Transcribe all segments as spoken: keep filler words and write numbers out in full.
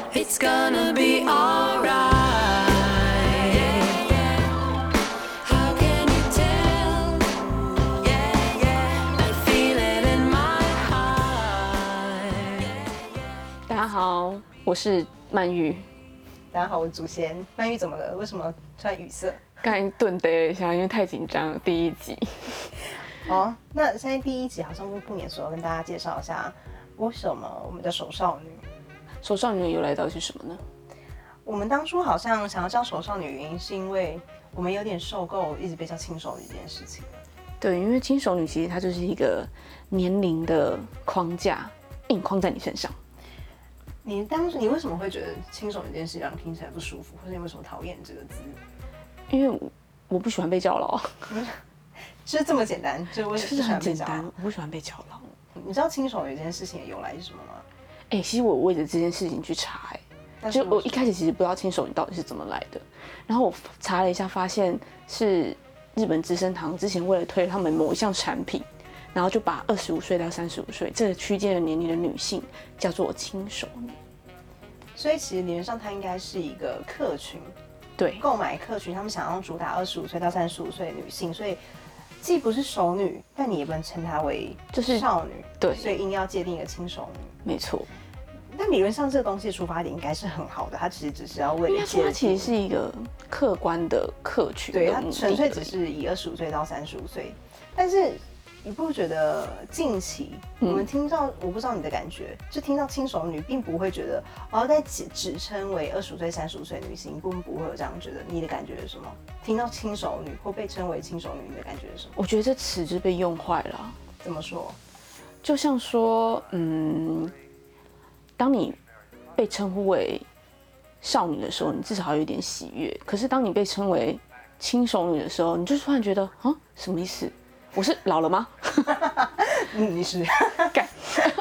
It's gonna be alright. How can you tell? Yeah, yeah, I feel it in my heart. 大家好，我是曼玉。 大家好，我是祖贤。曼玉怎么了？为什么突然语塞？ 刚才顿呆了一下，因为太紧张了。第一集。 哦，那现在第一集好像不不免说跟大家介绍一下，为什么我们的手少女？ 手少女的由来到底是什么呢？ 我们当初好像想要叫手少女，原因是因为我们有点受够一直被叫轻熟女这件事情。 对，因为轻熟女其实它就是一个年龄的框架，硬框在你身上。 你当时你为什么会觉得轻熟女这件事让你听起来不舒服，或者你为什么讨厌这个字？ 因为我我不喜欢被叫劳， 就是这么简单，就我就是很简单，我不喜欢被叫劳。 你知道轻熟女这件事情的由来是什么吗？ 哎、欸，其实我为了这件事情去查、欸，哎，就我一开始其实不知道轻熟女到底是怎么来的，然后我查了一下，发现是日本资生堂之前为了推他们某一项产品，然后就把二十五岁到三十五岁这个区间的年龄的女性叫做轻熟女。 所以其实理论上它应该是一个客群， 对， 购买客群，他们想要主打二十五岁到三十五岁的女性，所以既不是熟女，但你也不能称她为就是少女， 对， 所以硬要界定一个轻熟女。 没错。 但理论上这个东西的出发点应该是很好的，它其实只是要为了界定， 因为它其实是一个客观的客群的， 对，它纯粹只是以二十五岁到三十五岁，但是。你不觉得近期我们听到，嗯、我不知道你的感觉，就听到轻熟女，并不会觉得哦，在指指称为二十五岁、三十五岁女性，不不会有这样觉得。你的感觉是什么？听到轻熟女或被称为轻熟女，你的感觉是什么？ 我觉得这词就被用坏了。 怎么说？ 就像说，嗯，当你被称呼为少女的时候，你至少有一点喜悦；可是当你被称为轻熟女的时候，你就突然觉得啊，什么意思？我是老了吗？ 嗯，你是干，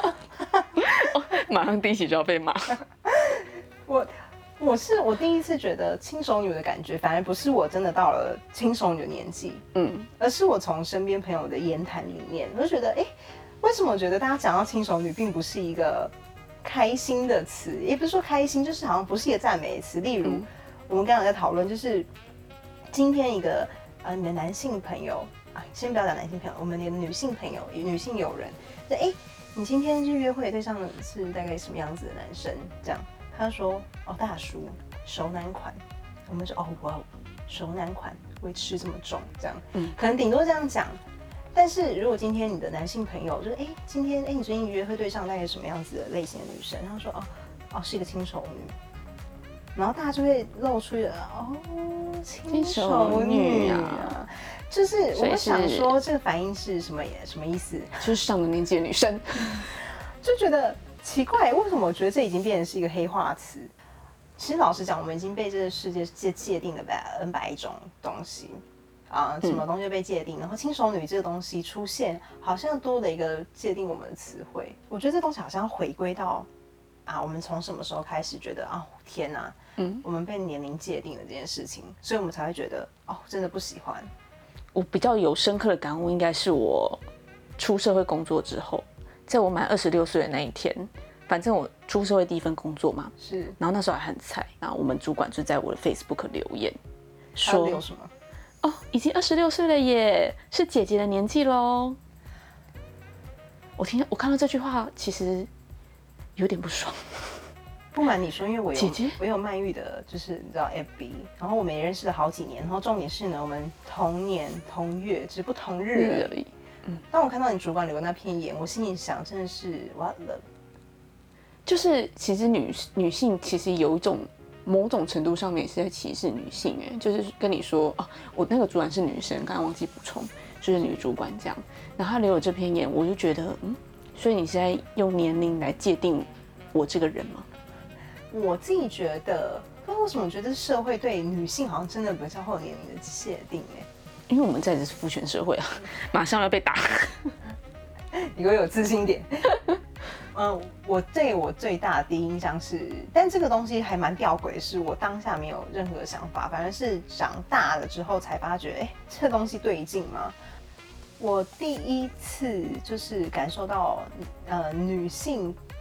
马上第一集就要被骂。 我我是我第一次觉得轻熟女的感觉，反而不是我真的到了轻熟女的年纪，嗯，而是我从身边朋友的言谈里面，我就觉得，哎、欸，为什么我觉得大家讲到轻熟女，并不是一个开心的词，也不是说开心，就是好像不是一个赞美的词。例如，嗯、我们刚刚在讨论，就是今天一个呃你的男性朋友。先不要讲男性朋友，我们的女性朋友、女性友人，就哎、欸，你今天去约会对象是大概什么样子的男生？这样，他就说哦，大叔，熟男款。我们说哦，哇，熟男款，会吃这么重，这样，嗯，可能顶多这样讲。但是如果今天你的男性朋友就是哎、欸，今天哎、欸，你最近约会对象大概什么样子的类型的女生？他说哦哦，是一个轻熟女。然后大家就会露出哦，轻熟女啊，就是我会想说这个反应是什么什么意思？ 就是上了年纪的女生， 就觉得奇怪，为什么我觉得这已经变成是一个黑化词？其实老实讲，我们已经被这个世界界界定了百 N 百种东西啊，什么东西被界定，然后轻熟女这个东西出现，好像多了一个界定我们的词汇。我觉得这东西好像要回归到啊，我们从什么时候开始觉得啊，天哪！嗯，我们被年龄界定了这件事情，所以我们才会觉得哦，真的不喜欢。 我比较有深刻的感悟，应该是我出社会工作之后，在我满二十六岁的那一天，反正我出社会第一份工作嘛， 是， 然后那时候还很菜，然后我们主管就在我的 Facebook 留言说留什么？ 哦，已经二十六岁了耶，是姐姐的年纪喽。我听我看到这句话，其实有点不爽。 不瞒你说，因为我有姐姐， 我有曼玉的，就是你知道 F B， 然后我们也认识了好几年，然后重点是呢，我们同年同月，只不同日而已。嗯，当我看到你主管留那篇言，我心里想，真的是 what the， 就是其实女女性其实有一种某种程度上面也是在歧视女性，哎，就是跟你说哦，我那个主管是女生，刚才忘记补充，就是女主管这样，然后她留了这篇言，我就觉得嗯，所以你是在用年龄来界定我这个人吗？ 我自己觉得，不知道为什么觉得社会对女性好像真的比较会有年龄的界定哎， 因为我们在的是父权社会啊，马上要被打。 你给我有自信一点。嗯，我对我最大的第一印象是，但这个东西还蛮吊诡的是，我当下没有任何想法，反而是长大了之后才发觉，哎、欸，这东西对劲吗？我第一次就是感受到，呃，女性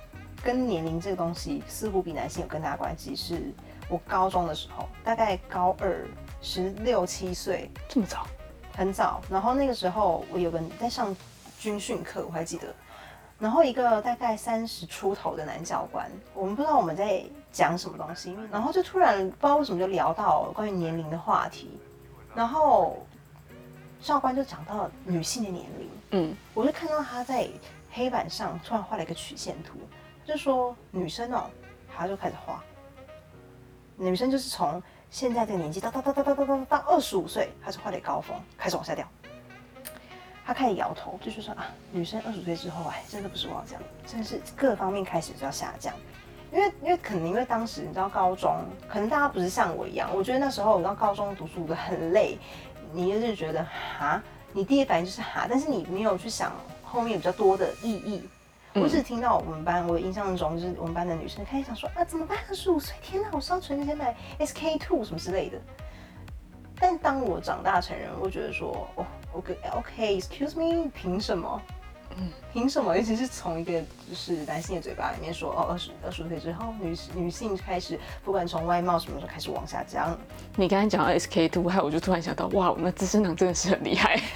跟年龄这个东西似乎比男性有更大的关系。是我高中的时候，大概高二，十六七岁， 这么早？ 很早。然后那个时候我有个在上军训课，我还记得。然后一个大概三十出头的男教官，我们不知道我们在讲什么东西，然后就突然不知道为什么就聊到关于年龄的话题，然后教官就讲到女性的年龄，嗯，我就看到他在黑板上突然画了一个曲线图，就说女生哦，他就开始画，女生就是从现在这个年纪到到到到到到到到二十五岁，他是画了一个高峰，开始往下掉。他开始摇头，就是说啊，女生二十岁之后，哎，真的不是我要这样，真的是各方面开始就要下降。因为因为可能因为当时你知道高中，可能大家不是像我一样，我觉得那时候你知道高中读书读得很累，你就是觉得哈，你第一反应就是哈，但是你没有去想后面比较多的意义。我只听到我们班，我印象中就是我们班的女生开始想说啊，怎么办？二十五岁，天哪，我是要存钱买 S K two 什么之类的。但当我长大成人，我觉得说，哦 ，OK OK，Excuse me， 凭什么？嗯，凭什么？尤其是从一个就是男性的嘴巴里面说，哦，二十二十五岁之后，女女性开始不管从外貌什么时候开始往下降。 你刚才讲到 S K two， 还有我就突然想到，哇，那资生堂真的是很厉害。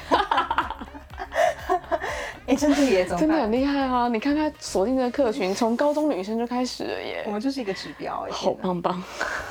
哎、欸，真的耶，怎么办？ 真的很厉害啊！你看他锁定这个客群，从高中女生就开始了耶。 我们就是一个指标， 好棒棒。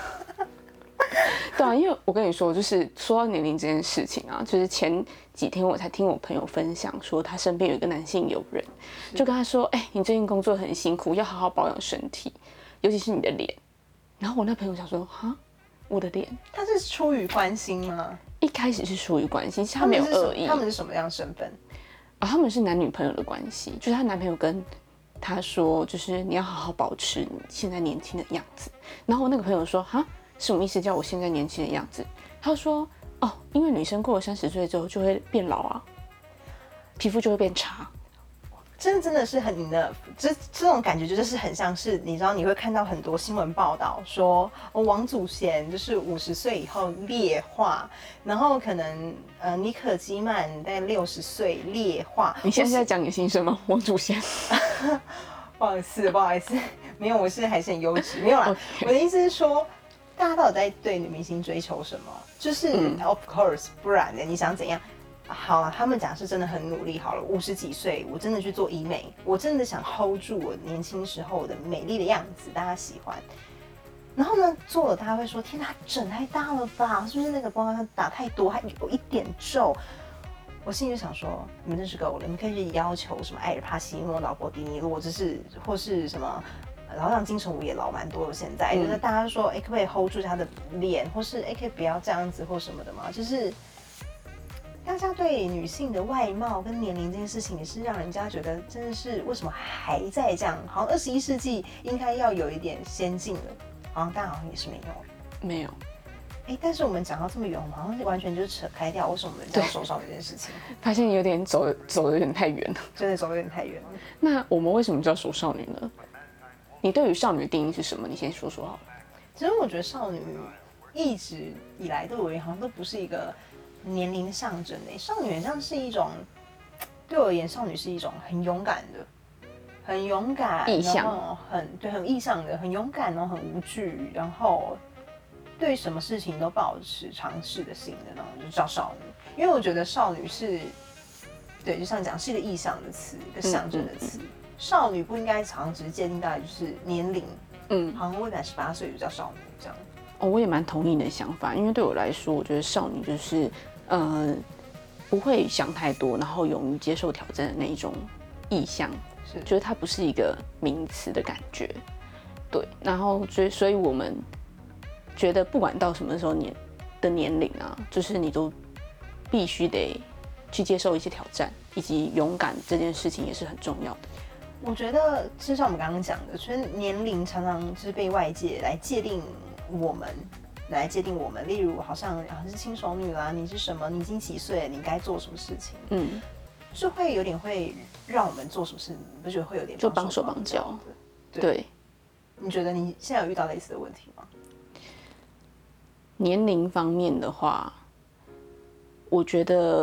对啊，因为我跟你说，就是说到年龄这件事情啊，就是前几天我才听我朋友分享说，他身边有一个男性友人，就跟他说：“哎、欸，你最近工作很辛苦，要好好保养身体，尤其是你的脸。”然后我那朋友想说：“哈，我的脸？” 他是出于关心吗？ 一开始是出于关心，他没有恶意。 他们是什么样的身份？ 啊，他们是男女朋友的关系，就是她男朋友跟她说，就是你要好好保持你现在年轻的样子。然后我那个朋友说：“哈，什么意思？叫我现在年轻的样子？”他说：“哦，因为女生过了三十岁之后就会变老啊，皮肤就会变差。” 真的真的是很 enough， 这这种感觉就是很像是你知道你会看到很多新闻报道说，哦，王祖贤就是五十岁以后劣化，然后可能呃妮可基曼在六十岁劣化。 你现在是在讲你的心声吗？王祖贤？ 不好意思，不好意思，没有，我是还是很优质，没有啦。Okay. 我的意思是说，大家到底在对女明星追求什么？就是、嗯、of course， 不然呢？你想怎样？好了，他们讲是真的很努力。好了，五十几岁，我真的去做医美，我真的想 hold 住我年轻时候的美丽的样子，大家喜欢。然后呢，做了大家会说：“天哪，整太大了吧？是不是那个光它打太多，还有一点皱？”我心里就想说：“你们真是够了，你们可以去要求什么艾尔帕西诺、劳勃迪尼洛，就是或是什么。”然后像金城武也老蛮多了，现在、嗯、就是大家说：“哎、欸，可不可以 hold 住他的脸，或是哎、欸、可以不要这样子或什么的嘛？”就是。大家对女性的外貌跟年龄这件事情，也是让人家觉得真的是为什么还在这样？好像二十一世纪应该要有一点先进了，好像大家好像也是没有， 没有。 哎、欸，但是我们讲到这么远，我们好像完全就是扯开掉为什么我们要手上这件事情， 发现有点走走的有点太远了， 真的走的有点太远了。 那我们为什么叫手少女呢？你对于少女的定义是什么？你先说说好了。 其实我觉得少女一直以来对我而言好像都不是一个。年龄的象征诶，少女很像是一种，对我而言，少女是一种很勇敢的，很勇敢， 意象， 然后很对，很意象的，很勇敢，然后很无惧，然后对什么事情都保持尝试的心的那种，就叫少女。因为我觉得少女是，对，就像讲是一个意象的词，一个象征的词。嗯嗯嗯、少女不应该常常只是界定在就是年龄，嗯，好像未满十八岁就叫少女这样。 哦，我也蛮同意你的想法，因为对我来说，我觉得少女就是，呃，不会想太多，然后勇于接受挑战的那一种意象，是，就是它不是一个名词的感觉，对，然后所以，所以我们觉得不管到什么时候年的年龄啊，就是你都必须得去接受一些挑战，以及勇敢这件事情也是很重要的。 我觉得，就像我们刚刚讲的，就是年龄常常就是被外界来界定。我们来界定我们，例如好像好像是轻熟女啦，你是什么？你已经几岁了？你该做什么事情？嗯，是会有点会让我们做什么事？你不觉得会有点就绑手绑脚？对，对。 你觉得你现在有遇到类似的问题吗？ 年龄方面的话，我觉得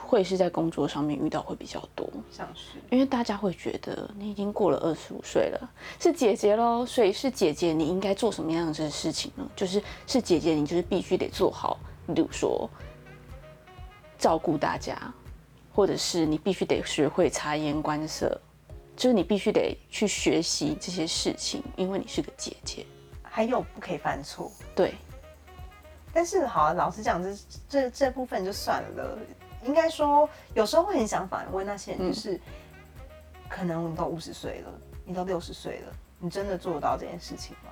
会是在工作上面遇到会比较多， 像是因为大家会觉得你已经过了二十五岁了，是姐姐咯，所以是姐姐，你应该做什么样的事情呢？就是是姐姐，你就是必须得做好，比如说照顾大家，或者是你必须得学会察言观色，就是你必须得去学习这些事情，因为你是个姐姐。 还有不可以犯错。 对， 但是好、啊，老实讲，这这这部分就算了。应该说，有时候会很想反问那些人，就是、嗯、可能你都五十岁了，你都六十岁了，你真的做得到这件事情吗？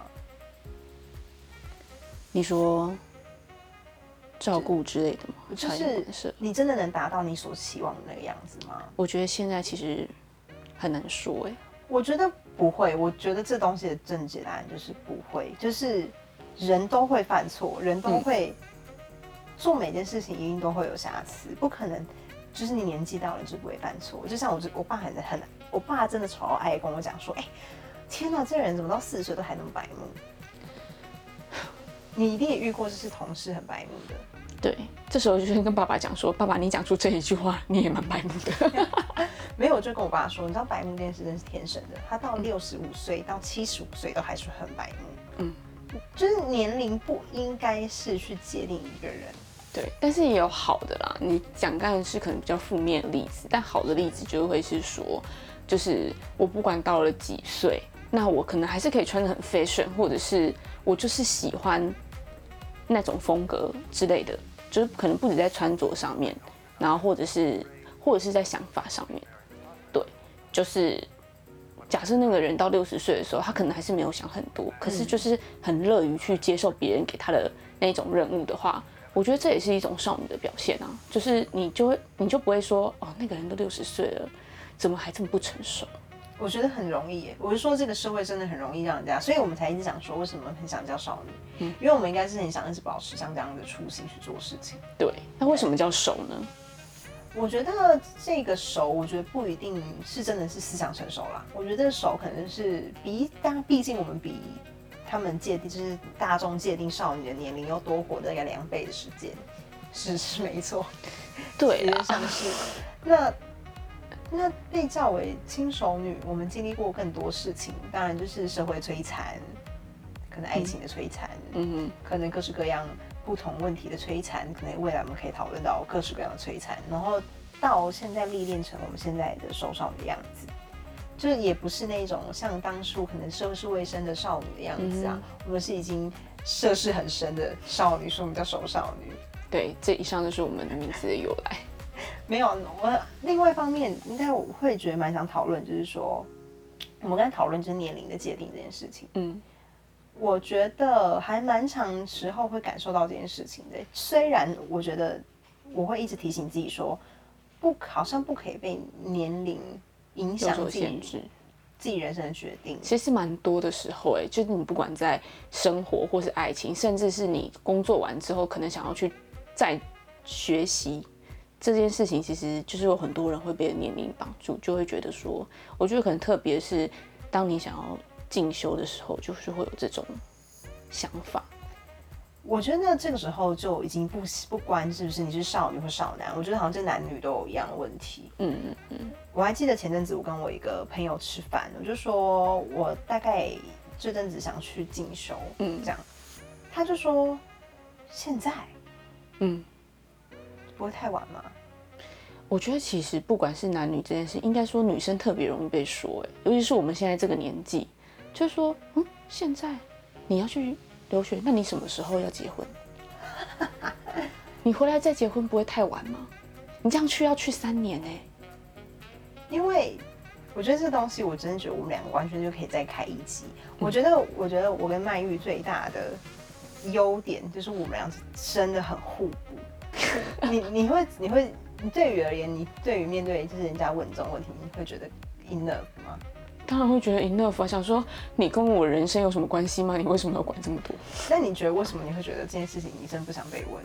你说照顾之类的吗？ 就是你真的能达到你所期望的那个样子吗？ 我觉得现在其实很难说哎、欸。 我觉得不会，我觉得这东西的正解答案就是不会，就是人都会犯错，人都会。嗯做每件事情一定都会有瑕疵，不可能就是你年纪到了就不会犯错。就像我，我爸很很，我爸真的超爱跟我讲说，哎、欸，天哪，这人怎么到四十岁都还那么白目？你一定也遇过，就是同事很白目的。 对，这时候就跟爸爸讲说，爸爸，你讲出这一句话，你也蛮白目的。 没有，我就跟我爸说，你知道白目这件事真是天生的，他到六十五岁到七十五岁都还是很白目。嗯，就是年龄不应该是去界定一个人。 对，但是也有好的啦。你讲刚才是可能比较负面的例子，但好的例子就会是说，就是我不管到了几岁，那我可能还是可以穿得很 fashion， 或者是我就是喜欢那种风格之类的，就是可能不止在穿着上面，然后或者是或者是在想法上面。对，就是假设那个人到六十岁的时候，他可能还是没有想很多，可是就是很乐于去接受别人给他的那种任务的话。我觉得这也是一种少女的表现啊，就是你就会，你就不会说，哦，那个人都六十岁了，怎么还这么不成熟？ 我觉得很容易耶，我是说这个社会真的很容易让人家，所以我们才一直讲说，为什么很想叫少女？嗯，因为我们应该是很想一直保持像这样的初心去做事情。 对，那为什么叫熟呢？ 我觉得这个熟，我觉得不一定是真的是思想成熟啦，我觉得熟可能是比，但毕竟我们比。他们界定就是大众界定少女的年龄又多活大概两倍的时间，是是没错， 对啦， 像是那那被叫为轻熟女，我们经历过更多事情，当然就是社会摧残，可能爱情的摧残，嗯哼，可能各式各样不同问题的摧残，可能未来我们可以讨论到各式各样的摧残，然后到现在历练成我们现在的熟少女的样子。就是也不是那种像当初可能涉世未深的少女的样子啊，嗯、我们是已经涉世很深的少女，所以我们叫熟少女。 对，这以上就是我们的名字的由来。 没有，我另外一方面，应该我会觉得蛮想讨论，就是说，我们刚才讨论就是年龄的界定这件事情。嗯，我觉得还蛮长时候会感受到这件事情的。虽然我觉得我会一直提醒自己说，不，好像不可以被年龄。影响自己自己人生的决定， 其实蛮多的时候、欸，哎，就是你不管在生活或是爱情，甚至是你工作完之后，可能想要去再学习这件事情，其实就是有很多人会被年龄绑住，就会觉得说，我觉得可能特别是当你想要进修的时候，就是会有这种想法。 我觉得这个时候就已经不不关是不是你是少女或少男，我觉得好像这男女都有一样的问题。嗯嗯嗯。我还记得前阵子我跟我一个朋友吃饭，我就说我大概这阵子想去进修，嗯，这样，他就说现在，嗯，不会太晚吗？ 我觉得其实不管是男女这件事，应该说女生特别容易被说、欸，尤其是我们现在这个年纪，就是说，嗯，现在你要去。留学，那你什么时候要结婚？你回来再结婚不会太晚吗？你这样去要去三年哎、欸。 因为我觉得这东西，我真的觉得我们两个完全就可以再开一集。嗯、我觉得，我觉得我跟曼玉最大的优点就是我们俩真的很互补。你你会你会你对于而言，你对于面对就是人家问这种问题，你会觉得 enough 吗？ 当然会觉得 enough 啊，想说你跟我人生有什么关系吗？你为什么要管这么多？ 那你觉得为什么你会觉得这件事情你真的不想被问？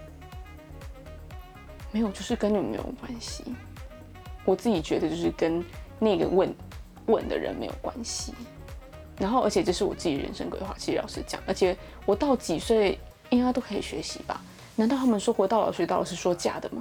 没有，就是跟你们没有关系。我自己觉得就是跟那个问问的人没有关系。然后，而且这是我自己人生规划。其实老实讲，而且我到几岁应该都可以学习吧？难道他们说活到老学到老是说假的吗？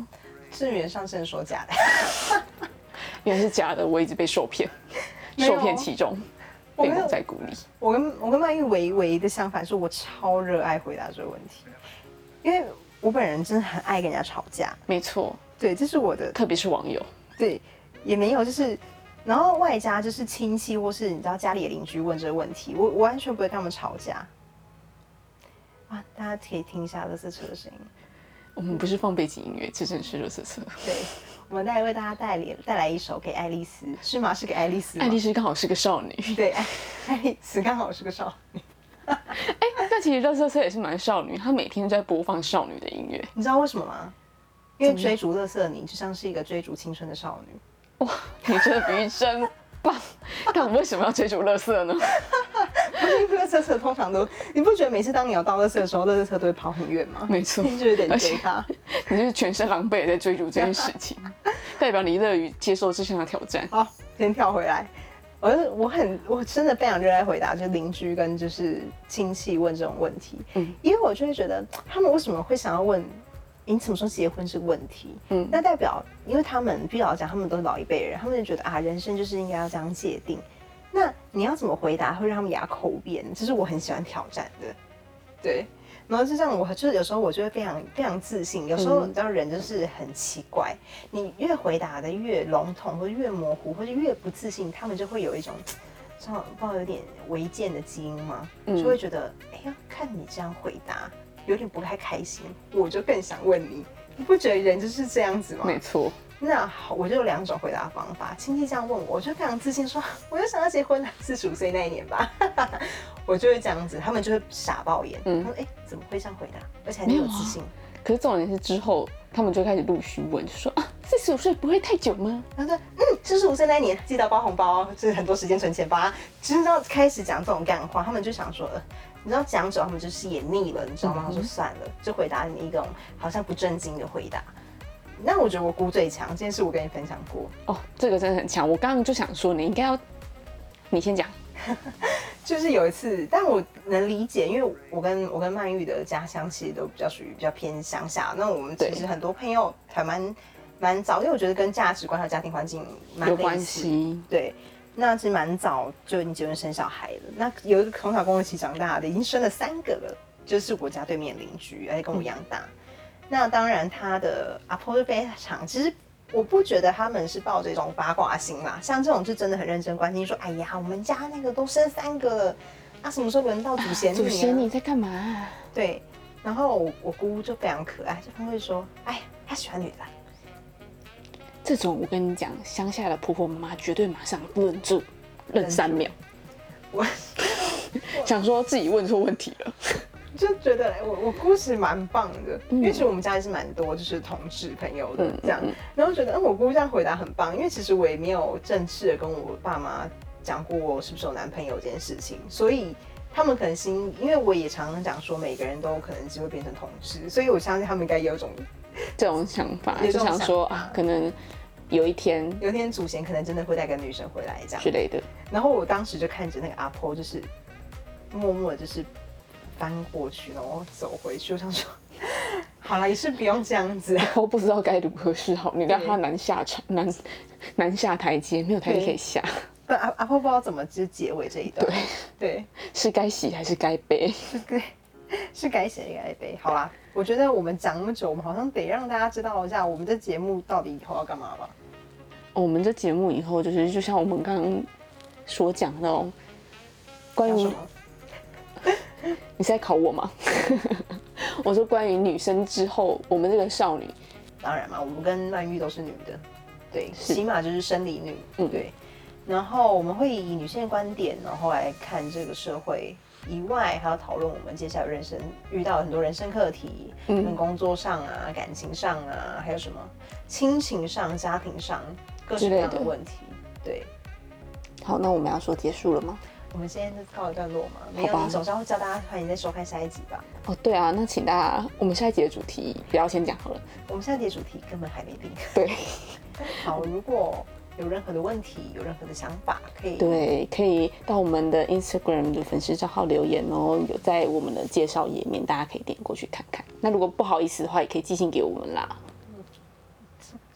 是原上身说假的， 原来是假的，我一直被受骗， 没有受骗其中， 我没有被蒙在鼓里。 我跟我跟曼玉唯唯一的相反是，我超热爱回答这个问题，因为我本人真的很爱跟人家吵架。 没错， 对，这是我的， 特别是网友， 对，也没有就是，然后外加就是亲戚或是你知道家里的邻居问这个问题，我我完全不会跟他们吵架。啊，大家可以听一下垃圾车的声音。 我们不是放背景音乐，这真的是垃圾车。 对，我们待会为大家带来带来一首给爱丽丝，是吗？是给爱丽丝吗？ 爱丽丝刚好是个少女， 对，爱爱丽丝刚好是个少女。 哎、但其实垃圾车也是蛮少女，她每天都在播放少女的音乐。 你知道为什么吗？因为追逐垃圾的你，就像是一个追逐青春的少女。 哇，你这个比喻真棒！但我为什么要追逐垃圾呢？ 垃圾车通常都，你不觉得每次当你要倒垃圾的时候，垃圾车都会跑很远吗？ 没错， 你就有点追它。 你就是全身狼狈地在追逐这件事情，代表你乐于接受这项的挑战。 好，先跳回来。我我很我真的非常热爱回答，就是邻居跟就是亲戚问这种问题，嗯，因为我就会觉得他们为什么会想要问你什么时候结婚这个问题，嗯，那代表因为他们必须要讲，他们都是老一辈人，他们就觉得啊，人生就是应该要这样界定。那你要怎么回答会让他们哑口无辩？这是我很喜欢挑战的，对。然后就这样，我就是有时候我就会非常非常自信，有时候你知道人就是很奇怪，你越回答的越笼统，或者越模糊，或者越不自信，他们就会有一种，像不知道有点违建的基因吗？就会觉得，哎呀，看你这样回答，有点不太开心，我就更想问你，你不觉得人就是这样子吗？ 没错。 那好，我就有两种回答方法。亲戚这样问我，我就非常自信说，我就想要结婚，四十五岁那一年吧，我就会这样子，他们就会傻爆眼，嗯，他说，哎、欸，怎么会这样回答？而且还那么自信。 可是重点是之后，他们就开始陆续问，就说啊，四十五岁不会太久吗？ 然后说，嗯，四十五岁那一年记得包红包，就是很多时间存钱包。其实要开始讲这种干话，他们就想说，呃，你知道讲久，他们就是也腻了，你知道吗？他说算了，就回答你一种好像不正经的回答。那我觉得我姑最强，这件事我跟你分享过。 哦，这个真的很强。我刚刚就想说，你应该要，你先讲。 就是有一次，但我能理解，因为我跟我跟曼玉的家乡其实都比较属于比较偏乡下。那我们其实很多朋友还蛮蛮早，因为我觉得跟价值观和家庭环境蛮有关系。 对，那其实蛮早就已经结婚生小孩了。那有一个从小跟我一起长大的，已经生了三个了，就是我家对面邻居，而且跟我一样大。嗯，那当然，他的阿婆就非常，其实我不觉得他们是抱着一种八卦心啦，像这种就真的很认真关心，说，哎呀，我们家那个都生三个了，那什么时候轮到祖先你、啊？ 祖先你在干嘛？ 对，然后我我姑就非常可爱，就会说，哎，她喜欢女的。 这种我跟你讲，乡下的婆婆妈妈绝对马上愣住，愣三秒。 我想说自己问错问题了。 就觉得我我姑其实蛮棒的，因为其实我们家也是蛮多就是同志朋友的这样，然后觉得嗯我姑这样回答很棒，因为其实我也没有正式的跟我爸妈讲过我是不是有男朋友这件事情，所以他们可能心，因为我也常常讲说每个人都可能只会变成同志，所以我相信他们应该也有种这种想法， 就想说啊，可能有一天有一天祖先可能真的会带个女生回来这样之类的。 然后我当时就看着那个阿婆，就是默默的就是翻过去，然后走回去。我想说，好了，也是不用这样子。 我不知道该如何是好，你让他难下场，难难下台阶，没有台阶可以下。 不，阿阿婆不知道怎么就是结尾这一段。 对对， 是该喜还是该悲？ 是该是该喜还是该悲？好啦，我觉得我们讲那么久，我们好像得让大家知道一下，我们这节目到底以后要干嘛吧。 我们这节目以后就是就像我们刚刚所讲的哦，关于。你是在考我吗？我说关于女生之后，我们这个少女， 当然嘛，我们跟曼玉都是女的，对，起码就是生理女，嗯，对。然后我们会以女性的观点，然后来看这个社会以外，还要讨论我们接下来人生遇到很多人生课题，嗯，跟工作上啊、感情上啊，还有什么亲情上、家庭上各式各样的问题，对。 好，那我们要说结束了吗？ 我们现在就告一段落嘛，没有，你总是要叫大家欢迎再收看下一集吧。 哦，对啊，那请大家，我们下一集的主题不要先讲好了。 我们下一集的主题根本还没定。 对。 好，如果有任何的问题，有任何的想法，可以对，可以到我们的 Instagram 的粉丝账号留言哦，有在我们的介绍页面，大家可以点过去看看。那如果不好意思的话，也可以寄信给我们啦。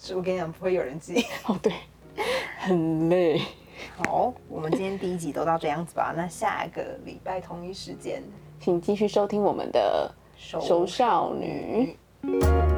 我跟你讲，不会有人记。 哦，对，很累。 好，我们今天第一集都到这样子吧。那下个礼拜同一时间， 请继续收听我们的手手少女。 女